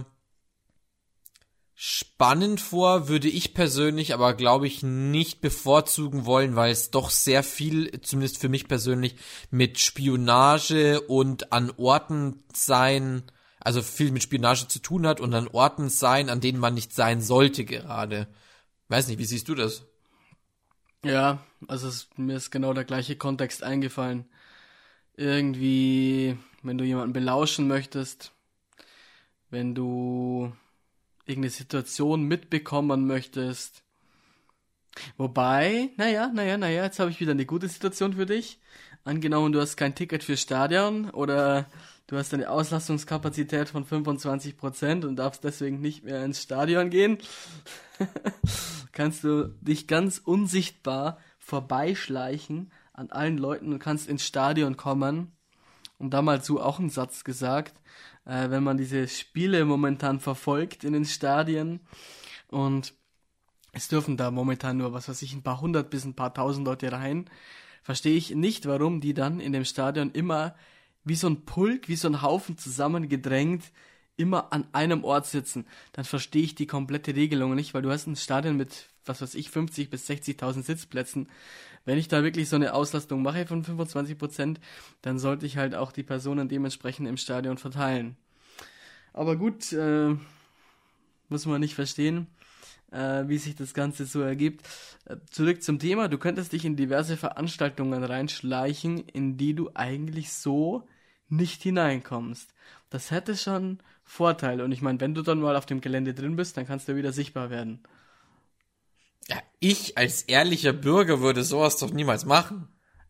spannend vor, würde ich persönlich aber, glaube ich, nicht bevorzugen wollen, weil es doch sehr viel, zumindest für mich persönlich, mit Spionage und an Orten sein, also viel mit Spionage zu tun hat und an Orten sein, an denen man nicht sein sollte gerade. Weiß nicht, wie siehst du das? Ja, also es, mir ist genau der gleiche Kontext eingefallen. Irgendwie, wenn du jemanden belauschen möchtest, wenn du irgendeine Situation mitbekommen möchtest. Wobei, naja, naja, naja, jetzt habe ich wieder eine gute Situation für dich. Angenommen, du hast kein Ticket fürs Stadion oder du hast eine Auslastungskapazität von fünfundzwanzig Prozent und darfst deswegen nicht mehr ins Stadion gehen. Kannst du dich ganz unsichtbar vorbeischleichen an allen Leuten und kannst ins Stadion kommen. Und damals so auch einen Satz gesagt, äh, wenn man diese Spiele momentan verfolgt in den Stadien und es dürfen da momentan nur, was weiß ich, ein paar hundert bis ein paar tausend Leute rein, verstehe ich nicht, warum die dann in dem Stadion immer wie so ein Pulk, wie so ein Haufen zusammengedrängt immer an einem Ort sitzen. Dann verstehe ich die komplette Regelung nicht, weil du hast ein Stadion mit, was weiß ich, fünfzig bis sechzigtausend Sitzplätzen. Wenn ich da wirklich so eine Auslastung mache von fünfundzwanzig Prozent, dann sollte ich halt auch die Personen dementsprechend im Stadion verteilen. Aber gut, äh, muss man nicht verstehen, äh, wie sich das Ganze so ergibt. Äh, zurück zum Thema, du könntest dich in diverse Veranstaltungen reinschleichen, in die du eigentlich so nicht hineinkommst. Das hätte schon Vorteile. Und ich meine, wenn du dann mal auf dem Gelände drin bist, dann kannst du wieder sichtbar werden. Ja, ich als ehrlicher Bürger würde sowas doch niemals machen.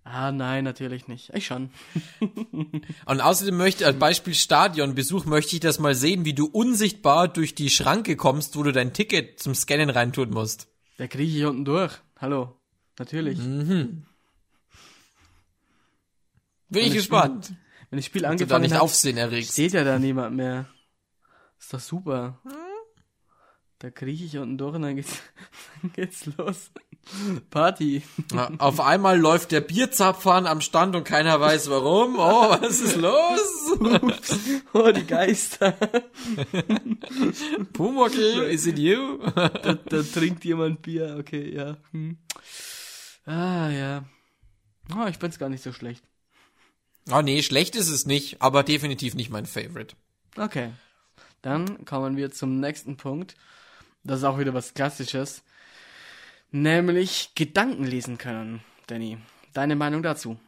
Ah, nein, natürlich nicht. Ich schon. Und außerdem möchte, als Beispiel Stadionbesuch, möchte ich das mal sehen, wie du unsichtbar durch die Schranke kommst, wo du dein Ticket zum Scannen reintun musst. Da kriege ich unten durch. Hallo. Natürlich. Mhm. Bin ich Wenn das gespannt. Spiel, wenn das Spiel Ob du da angefangen nicht hat, Aufsehen erregst. steht ja da niemand mehr. Ist doch super. Da kriege ich unten durch und dann geht's, dann geht's los. Party. Ja, auf einmal läuft der Bierzapfhahn am Stand und keiner weiß warum. Oh, was ist los? Ups. Oh, die Geister. Pumuckl, is it you? Da, da trinkt jemand Bier. Okay, ja. Hm. Ah, ja. Oh, ich find's gar nicht so schlecht. Oh nee, schlecht ist es nicht, aber definitiv nicht mein Favorite. Okay. Dann kommen wir zum nächsten Punkt. Das ist auch wieder was Klassisches. Nämlich Gedanken lesen können. Danny, deine Meinung dazu?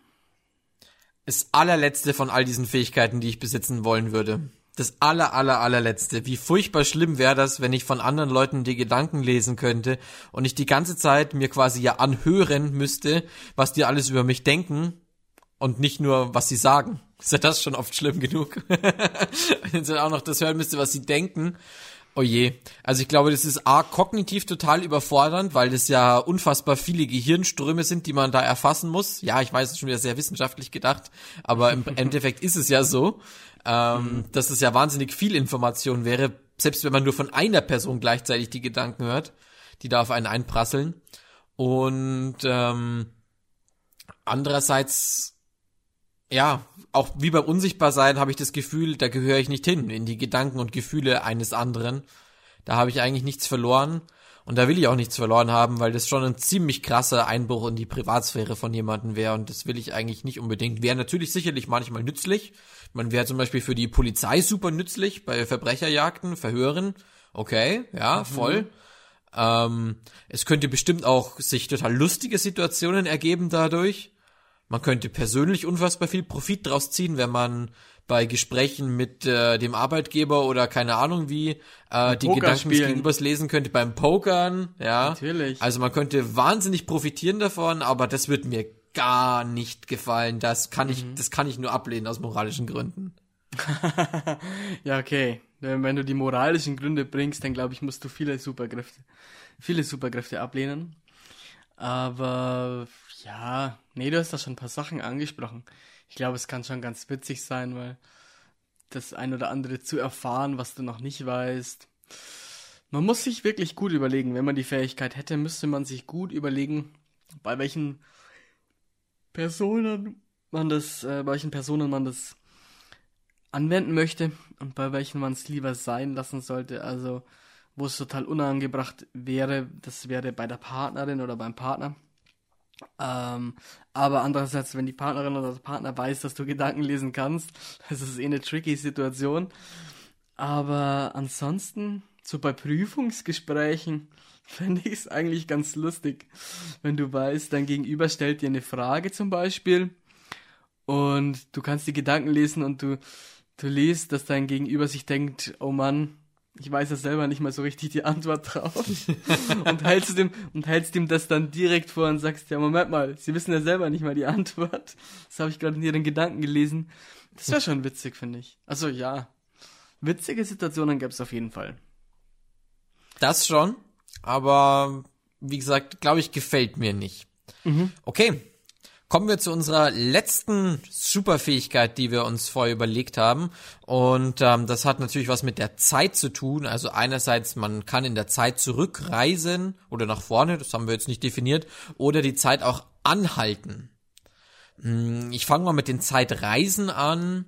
Das allerletzte von all diesen Fähigkeiten, die ich besitzen wollen würde. Das aller, aller, allerletzte. Wie furchtbar schlimm wäre das, wenn ich von anderen Leuten die Gedanken lesen könnte und ich die ganze Zeit mir quasi ja anhören müsste, was die alles über mich denken und nicht nur, was sie sagen. Ist ja das schon oft schlimm genug. Wenn ich dann auch noch das hören müsste, was sie denken. Oh je. Also ich glaube, das ist A, kognitiv total überfordernd, weil das ja unfassbar viele Gehirnströme sind, die man da erfassen muss. Ja, ich weiß, es ist schon wieder sehr wissenschaftlich gedacht, aber im Endeffekt ist es ja so, ähm, mhm. dass es ja wahnsinnig viel Information wäre, selbst wenn man nur von einer Person gleichzeitig die Gedanken hört, die da auf einen einprasseln. Und ähm, andererseits, ja, auch wie beim Unsichtbarsein habe ich das Gefühl, da gehöre ich nicht hin, in die Gedanken und Gefühle eines anderen. Da habe ich eigentlich nichts verloren und da will ich auch nichts verloren haben, weil das schon ein ziemlich krasser Einbruch in die Privatsphäre von jemandem wäre und das will ich eigentlich nicht unbedingt. Wäre natürlich sicherlich manchmal nützlich. Man wäre zum Beispiel für die Polizei super nützlich, bei Verbrecherjagden, Verhören. Okay, ja, voll. Mhm. Ähm, es könnte bestimmt auch sich total lustige Situationen ergeben dadurch. Man könnte persönlich unfassbar viel Profit draus ziehen, wenn man bei Gesprächen mit äh, dem Arbeitgeber oder keine Ahnung wie äh, die Poker Gedanken spielen. des Gegenübers lesen könnte beim Pokern. Ja, natürlich. Also man könnte wahnsinnig profitieren davon, aber das wird mir gar nicht gefallen. Das kann mhm. ich, das kann ich nur ablehnen aus moralischen Gründen. Ja, okay. Wenn du die moralischen Gründe bringst, dann glaube ich, musst du viele Superkräfte, viele Superkräfte ablehnen. Aber ja, nee, du hast da schon ein paar Sachen angesprochen. Ich glaube, es kann schon ganz witzig sein, weil das ein oder andere zu erfahren, was du noch nicht weißt. Man muss sich wirklich gut überlegen, wenn man die Fähigkeit hätte, müsste man sich gut überlegen, bei welchen Personen man das, äh, bei welchen Personen man das anwenden möchte und bei welchen man es lieber sein lassen sollte. Also, wo es total unangebracht wäre, das wäre bei der Partnerin oder beim Partner. Ähm, aber andererseits, wenn die Partnerin oder der Partner weiß, dass du Gedanken lesen kannst, das ist eh eine tricky Situation. Aber ansonsten, so bei Prüfungsgesprächen, fände ich es eigentlich ganz lustig, wenn du weißt, dein Gegenüber stellt dir eine Frage zum Beispiel und du kannst die Gedanken lesen und du, du liest, dass dein Gegenüber sich denkt, oh Mann, ich weiß ja selber nicht mal so richtig die Antwort drauf. und hältst dem, und hältst ihm das dann direkt vor und sagst, ja, Moment mal, sie wissen ja selber nicht mal die Antwort. Das habe ich gerade in ihren Gedanken gelesen. Das wäre schon witzig, finde ich. Also ja, witzige Situationen gäbe es auf jeden Fall. Das schon, aber wie gesagt, glaube ich, gefällt mir nicht. Mhm. Okay. Kommen wir zu unserer letzten Superfähigkeit, die wir uns vorher überlegt haben. Und ähm, das hat natürlich was mit der Zeit zu tun. Also einerseits, man kann in der Zeit zurückreisen oder nach vorne, das haben wir jetzt nicht definiert, oder die Zeit auch anhalten. Ich fange mal mit den Zeitreisen an.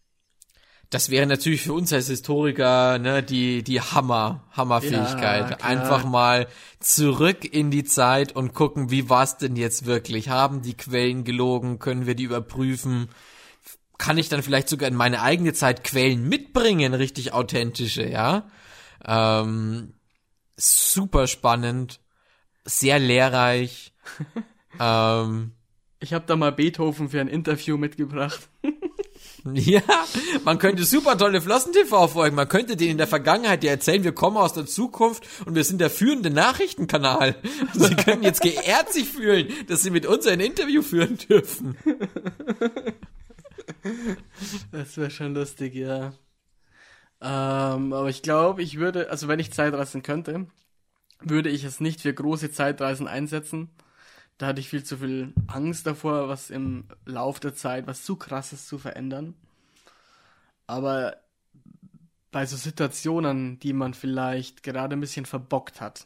Das wäre natürlich für uns als Historiker ne, die die Hammer Hammerfähigkeit. Ja, einfach mal zurück in die Zeit und gucken, wie war's denn jetzt wirklich? Haben die Quellen gelogen? Können wir die überprüfen? Kann ich dann vielleicht sogar in meine eigene Zeit Quellen mitbringen, richtig authentische, ja? Ähm, super spannend, sehr lehrreich. ähm, ich habe da mal Beethoven für ein Interview mitgebracht. Ja, man könnte super tolle Flossen-T V folgen. Man könnte denen in der Vergangenheit dir erzählen, wir kommen aus der Zukunft und wir sind der führende Nachrichtenkanal. Sie können jetzt geehrt sich fühlen, dass sie mit uns ein Interview führen dürfen. Das wäre schon lustig, ja. Ähm, aber ich glaube, ich würde, also wenn ich Zeitreisen könnte, würde ich es nicht für große Zeitreisen einsetzen. Da hatte ich viel zu viel Angst davor, was im Lauf der Zeit, was zu krasses zu verändern. Aber bei so Situationen, die man vielleicht gerade ein bisschen verbockt hat,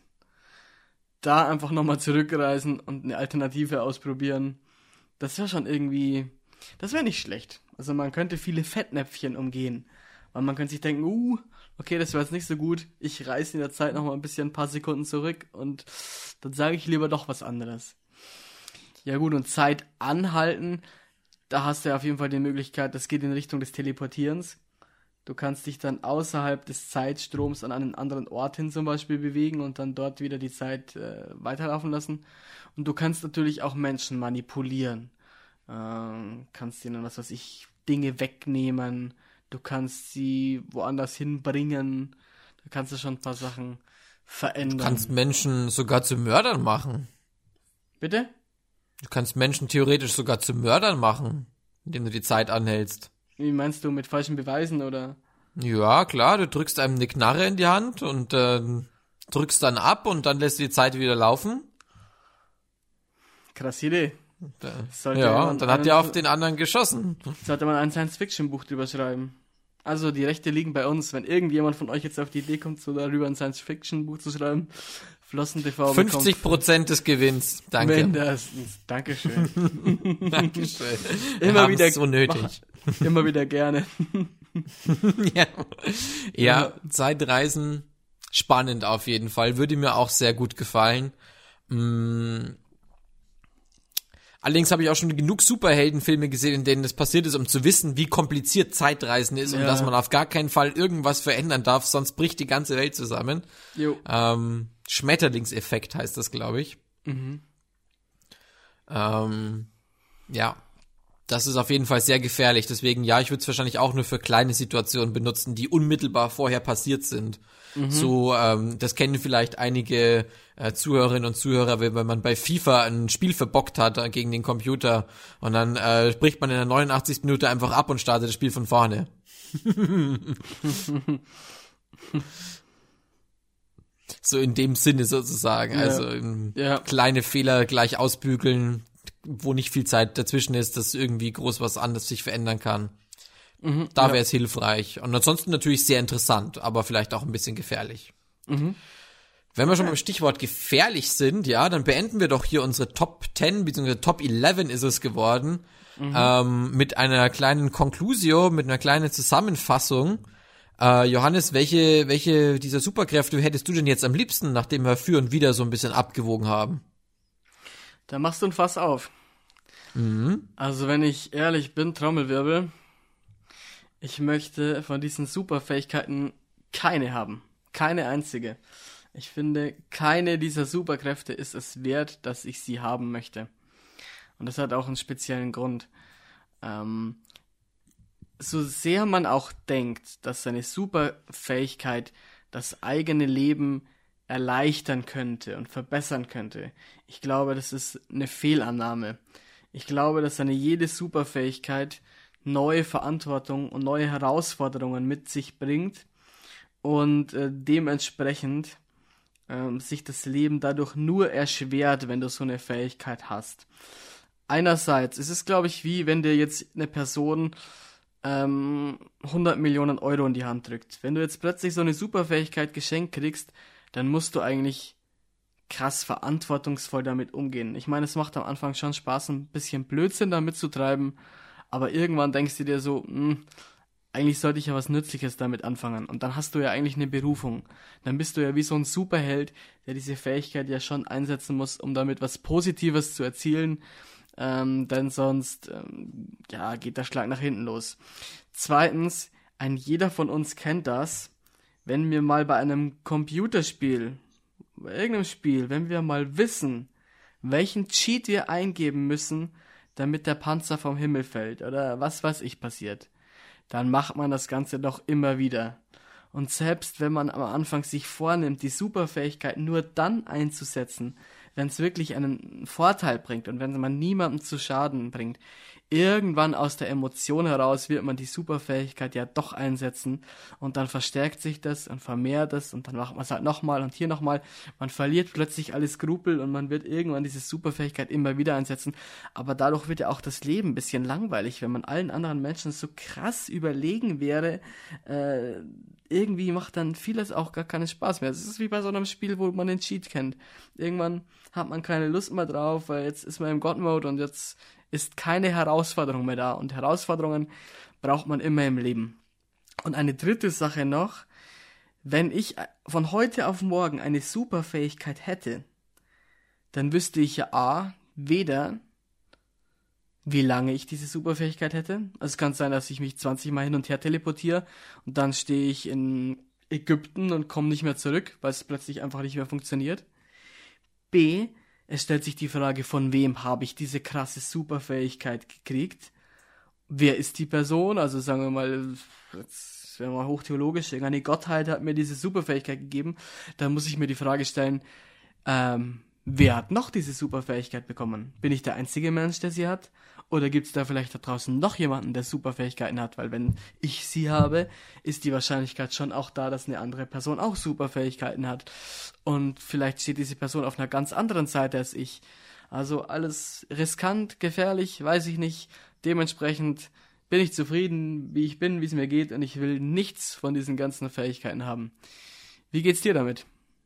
da einfach nochmal zurückreisen und eine Alternative ausprobieren, das wäre schon irgendwie, das wäre nicht schlecht. Also man könnte viele Fettnäpfchen umgehen. Weil man könnte sich denken, uh, okay, das war jetzt nicht so gut, ich reise in der Zeit nochmal ein bisschen ein paar Sekunden zurück und dann sage ich lieber doch was anderes. Ja gut, und Zeit anhalten, da hast du ja auf jeden Fall die Möglichkeit, das geht in Richtung des Teleportierens. Du kannst dich dann außerhalb des Zeitstroms an einen anderen Ort hin zum Beispiel bewegen und dann dort wieder die Zeit äh, weiterlaufen lassen. Und du kannst natürlich auch Menschen manipulieren. Ähm, kannst ihnen, was weiß ich, Dinge wegnehmen. Du kannst sie woanders hinbringen. Da kannst du schon ein paar Sachen verändern. Du kannst Menschen sogar zu Mördern machen. Bitte? Du kannst Menschen theoretisch sogar zu Mördern machen, indem du die Zeit anhältst. Wie meinst du, mit falschen Beweisen, oder? Ja, klar, du drückst einem eine Knarre in die Hand und äh, drückst dann ab und dann lässt du die Zeit wieder laufen. Krasse Idee. Da, ja, und dann hat der auf den anderen geschossen. Sollte man ein Science-Fiction-Buch drüber schreiben. Also, die Rechte liegen bei uns. Wenn irgendjemand von euch jetzt auf die Idee kommt, so darüber ein Science-Fiction-Buch zu schreiben, Flossen-T V fünfzig Prozent des Gewinns. Danke. Mindestens. Dankeschön. Dankeschön. Immer wieder so nötig. Mach, immer wieder gerne. ja. ja, Zeitreisen, spannend auf jeden Fall. Würde mir auch sehr gut gefallen. Mm. Allerdings habe ich auch schon genug Superheldenfilme gesehen, in denen das passiert ist, um zu wissen, wie kompliziert Zeitreisen ist, ja, und dass man auf gar keinen Fall irgendwas verändern darf, sonst bricht die ganze Welt zusammen. Jo. Ähm, Schmetterlingseffekt heißt das, glaube ich. Mhm. Ähm, ja, das ist auf jeden Fall sehr gefährlich. Deswegen, ja, ich würde es wahrscheinlich auch nur für kleine Situationen benutzen, die unmittelbar vorher passiert sind. Mhm. So, ähm, das kennen vielleicht einige äh, Zuhörerinnen und Zuhörer, wenn man bei FIFA ein Spiel verbockt hat äh, gegen den Computer und dann äh, bricht man in der neunundachtzigsten Minute einfach ab und startet das Spiel von vorne. So in dem Sinne sozusagen. Ja. Also ähm, ja. Kleine Fehler gleich ausbügeln, wo nicht viel Zeit dazwischen ist, dass irgendwie groß was anderes sich verändern kann. Mhm, da wäre es ja. hilfreich. Und ansonsten natürlich sehr interessant, aber vielleicht auch ein bisschen gefährlich. Mhm. Wenn wir schon beim Stichwort gefährlich sind, ja, dann beenden wir doch hier unsere Top zehn, beziehungsweise Top elf ist es geworden, mhm. ähm, mit einer kleinen Conclusio, mit einer kleinen Zusammenfassung. Äh, Johannes, welche, welche dieser Superkräfte hättest du denn jetzt am liebsten, nachdem wir für und wieder so ein bisschen abgewogen haben? Da machst du ein Fass auf. Mhm. Also wenn ich ehrlich bin, Trommelwirbel, ich möchte von diesen Superfähigkeiten keine haben. Keine einzige. Ich finde, keine dieser Superkräfte ist es wert, dass ich sie haben möchte. Und das hat auch einen speziellen Grund. Ähm, so sehr man auch denkt, dass seine Superfähigkeit das eigene Leben erleichtern könnte und verbessern könnte, ich glaube, das ist eine Fehlannahme. Ich glaube, dass eine jede Superfähigkeit neue Verantwortung und neue Herausforderungen mit sich bringt und äh, dementsprechend ähm, sich das Leben dadurch nur erschwert, wenn du so eine Fähigkeit hast. Einerseits ist es, glaube ich, wie wenn dir jetzt eine Person ähm, hundert Millionen Euro in die Hand drückt. Wenn du jetzt plötzlich so eine Superfähigkeit geschenkt kriegst, dann musst du eigentlich krass verantwortungsvoll damit umgehen. Ich meine, es macht am Anfang schon Spaß, ein bisschen Blödsinn damit zu treiben, aber irgendwann denkst du dir so, mh, eigentlich sollte ich ja was Nützliches damit anfangen. Und dann hast du ja eigentlich eine Berufung. Dann bist du ja wie so ein Superheld, der diese Fähigkeit ja schon einsetzen muss, um damit was Positives zu erzielen. Ähm, denn sonst ähm, ja, geht der Schlag nach hinten los. Zweitens, ein jeder von uns kennt das, wenn wir mal bei einem Computerspiel, bei irgendeinem Spiel, wenn wir mal wissen, welchen Cheat wir eingeben müssen, damit der Panzer vom Himmel fällt oder was weiß ich passiert. dann macht man das Ganze doch immer wieder. Und selbst wenn man am Anfang sich vornimmt, die Superfähigkeit nur dann einzusetzen, wenn es wirklich einen Vorteil bringt und wenn man niemandem zu Schaden bringt, irgendwann aus der Emotion heraus wird man die Superfähigkeit ja doch einsetzen und dann verstärkt sich das und vermehrt es und dann macht man es halt nochmal und hier nochmal. Man verliert plötzlich alle Skrupel und man wird irgendwann diese Superfähigkeit immer wieder einsetzen. Aber dadurch wird ja auch das Leben ein bisschen langweilig, wenn man allen anderen Menschen so krass überlegen wäre. Äh, irgendwie macht dann vieles auch gar keinen Spaß mehr. Es ist wie bei so einem Spiel, wo man den Cheat kennt. Irgendwann hat man keine Lust mehr drauf, weil jetzt ist man im God-Mode und jetzt ist keine Herausforderung mehr da. Und Herausforderungen braucht man immer im Leben. Und eine dritte Sache noch, wenn ich von heute auf morgen eine Superfähigkeit hätte, dann wüsste ich ja A, weder wie lange ich diese Superfähigkeit hätte. Also es kann sein, dass ich mich zwanzig Mal hin und her teleportiere und dann stehe ich in Ägypten und komme nicht mehr zurück, weil es plötzlich einfach nicht mehr funktioniert. B, es stellt sich die Frage, von wem habe ich diese krasse Superfähigkeit gekriegt? Wer ist die Person? Also sagen wir mal, jetzt wäre mal hochtheologisch, irgendeine Gottheit hat mir diese Superfähigkeit gegeben. Dann muss ich mir die Frage stellen, ähm, wer hat noch diese Superfähigkeit bekommen? Bin ich der einzige Mensch, der sie hat? Oder gibt es da vielleicht da draußen noch jemanden, der Superfähigkeiten hat? Weil wenn ich sie habe, ist die Wahrscheinlichkeit schon auch da, dass eine andere Person auch Superfähigkeiten hat. Und vielleicht steht diese Person auf einer ganz anderen Seite als ich. Also alles riskant, gefährlich, weiß ich nicht. Dementsprechend bin ich zufrieden, wie ich bin, wie es mir geht. Und ich will nichts von diesen ganzen Fähigkeiten haben. Wie geht's dir damit?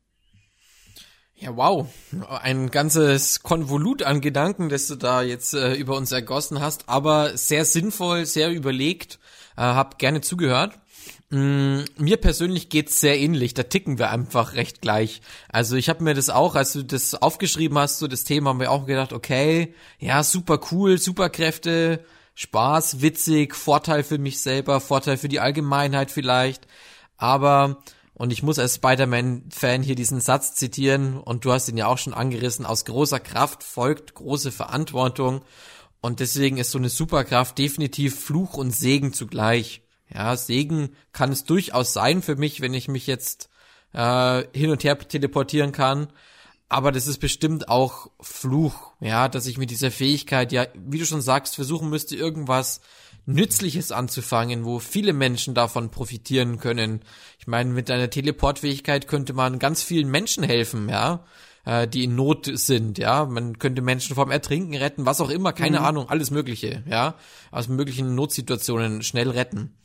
Ja, wow. Ein ganzes Konvolut an Gedanken, das du da jetzt äh, über uns ergossen hast, aber sehr sinnvoll, sehr überlegt. Äh, hab gerne zugehört. Mm, mir persönlich geht's sehr ähnlich, da ticken wir einfach recht gleich. Also ich habe mir das auch, als du das aufgeschrieben hast, so das Thema, haben wir auch gedacht, okay, ja, super cool, Superkräfte, Spaß, witzig, Vorteil für mich selber, Vorteil für die Allgemeinheit vielleicht, aber... Und ich muss als Spider-Man-Fan hier diesen Satz zitieren, und du hast ihn ja auch schon angerissen, aus großer Kraft folgt große Verantwortung, und deswegen ist so eine Superkraft definitiv Fluch und Segen zugleich. Ja, Segen kann es durchaus sein für mich, wenn ich mich jetzt äh, hin und her teleportieren kann, aber das ist bestimmt auch Fluch, ja, dass ich mit dieser Fähigkeit, ja, wie du schon sagst, versuchen müsste, irgendwas Nützliches anzufangen, wo viele Menschen davon profitieren können. Ich meine, mit einer Teleportfähigkeit könnte man ganz vielen Menschen helfen, ja, äh, die in Not sind, ja. Man könnte Menschen vom Ertrinken retten, was auch immer, keine mhm. Ahnung, alles Mögliche, ja, aus möglichen Notsituationen schnell retten.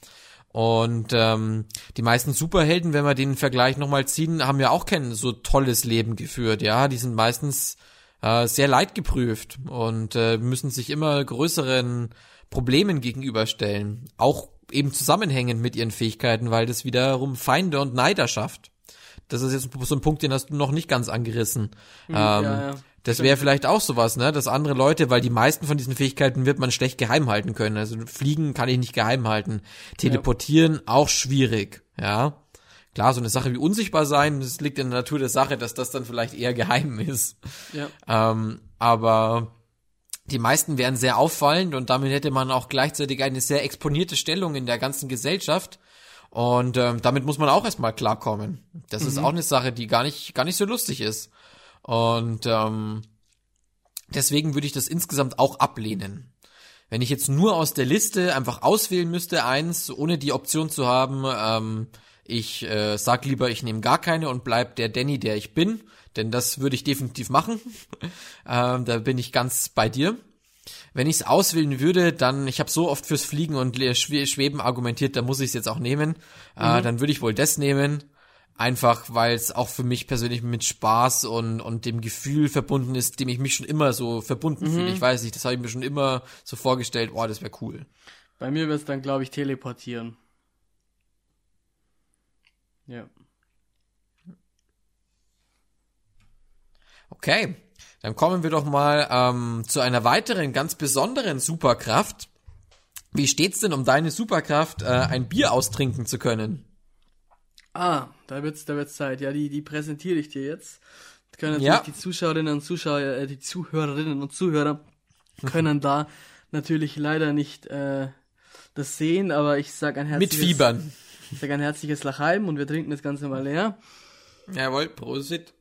Und ähm, die meisten Superhelden, wenn wir den Vergleich nochmal ziehen, haben ja auch kein so tolles Leben geführt, ja. Die sind meistens äh, sehr leidgeprüft und äh, müssen sich immer größeren Problemen gegenüberstellen, auch eben zusammenhängend mit ihren Fähigkeiten, weil das wiederum Feinde und Neider schafft. Das ist jetzt so ein Punkt, den hast du noch nicht ganz angerissen. Mhm, ähm, ja, ja. Das wäre vielleicht auch sowas, ne, dass andere Leute, weil die meisten von diesen Fähigkeiten wird man schlecht geheim halten können. Also fliegen kann ich nicht geheim halten. Teleportieren ja. auch schwierig, ja. Klar, so eine Sache wie unsichtbar sein, das liegt in der Natur der Sache, dass das dann vielleicht eher geheim ist. Ja. Ähm, aber die meisten wären sehr auffallend und damit hätte man auch gleichzeitig eine sehr exponierte Stellung in der ganzen Gesellschaft. Und ähm, damit muss man auch erstmal klarkommen. Das mhm. ist auch eine Sache, die gar nicht gar nicht so lustig ist. Und ähm, deswegen würde ich das insgesamt auch ablehnen. Wenn ich jetzt nur aus der Liste einfach auswählen müsste, eins, ohne die Option zu haben, ähm, ich äh, sag lieber, ich nehme gar keine und bleib der Danny, der ich bin, denn das würde ich definitiv machen. ähm, da bin ich ganz bei dir. Wenn ich es auswählen würde, dann, ich habe so oft fürs Fliegen und Schweben argumentiert, da muss ich es jetzt auch nehmen, mhm. äh, dann würde ich wohl das nehmen. Einfach, weil es auch für mich persönlich mit Spaß und und dem Gefühl verbunden ist, dem ich mich schon immer so verbunden mhm. fühle. Ich weiß nicht, das habe ich mir schon immer so vorgestellt, oh, das wäre cool. Bei mir wäre es dann, glaube ich, teleportieren. Ja. Okay, dann kommen wir doch mal ähm, zu einer weiteren, ganz besonderen Superkraft. Wie steht's denn um deine Superkraft, äh, ein Bier austrinken zu können? Ah, da wird's, da wird's Zeit. Ja, die, die präsentiere ich dir jetzt. Das können natürlich ja. die Zuschauerinnen und Zuschauer, äh, die Zuhörerinnen und Zuhörer können da natürlich leider nicht äh, das sehen, aber ich sag ein herzliches... Mit Fiebern. Ich sag ein herzliches Lachheim und wir trinken das Ganze mal leer. Jawohl, Prosit.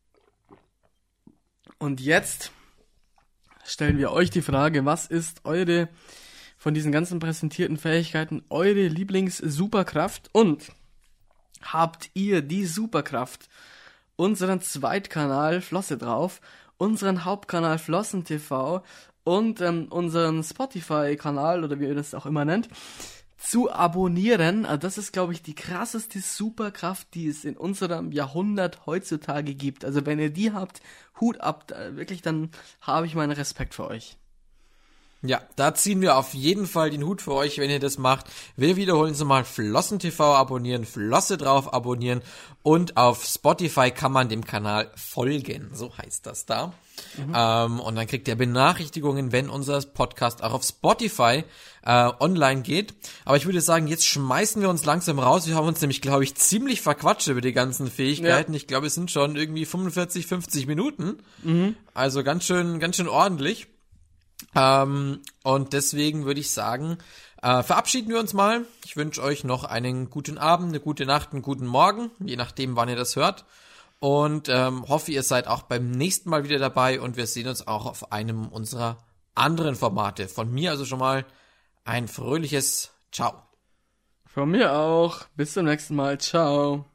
Und jetzt stellen wir euch die Frage, was ist eure, von diesen ganzen präsentierten Fähigkeiten, eure Lieblings-Superkraft? Und habt ihr die Superkraft, unseren Zweitkanal Flosse drauf, unseren Hauptkanal Flossen T V und ähm, unseren Spotify-Kanal, oder wie ihr das auch immer nennt, zu abonnieren? Also das ist, glaube ich, die krasseste Superkraft, die es in unserem Jahrhundert heutzutage gibt. Also wenn ihr die habt, Hut ab, da, wirklich, dann habe ich meinen Respekt für euch. Ja, da ziehen wir auf jeden Fall den Hut für euch, wenn ihr das macht. Wir wiederholen es nochmal, Flossen T V abonnieren, Flosse drauf abonnieren und auf Spotify kann man dem Kanal folgen, so heißt das da. Mhm. Ähm, und dann kriegt ihr Benachrichtigungen, wenn unser Podcast auch auf Spotify äh, online geht. Aber ich würde sagen, jetzt schmeißen wir uns langsam raus. Wir haben uns nämlich, glaube ich, ziemlich verquatscht über die ganzen Fähigkeiten. Ja. Ich glaube, es sind schon irgendwie fünfundvierzig, fünfzig Minuten. Mhm. Also ganz schön, ganz schön ordentlich. Ähm, und deswegen würde ich sagen, äh, verabschieden wir uns mal. Ich wünsche euch noch einen guten Abend, eine gute Nacht, einen guten Morgen, je nachdem, wann ihr das hört. Und ähm, hoffe, ihr seid auch beim nächsten Mal wieder dabei und wir sehen uns auch auf einem unserer anderen Formate. Von mir also schon mal ein fröhliches Ciao. Von mir auch. Bis zum nächsten Mal. Ciao.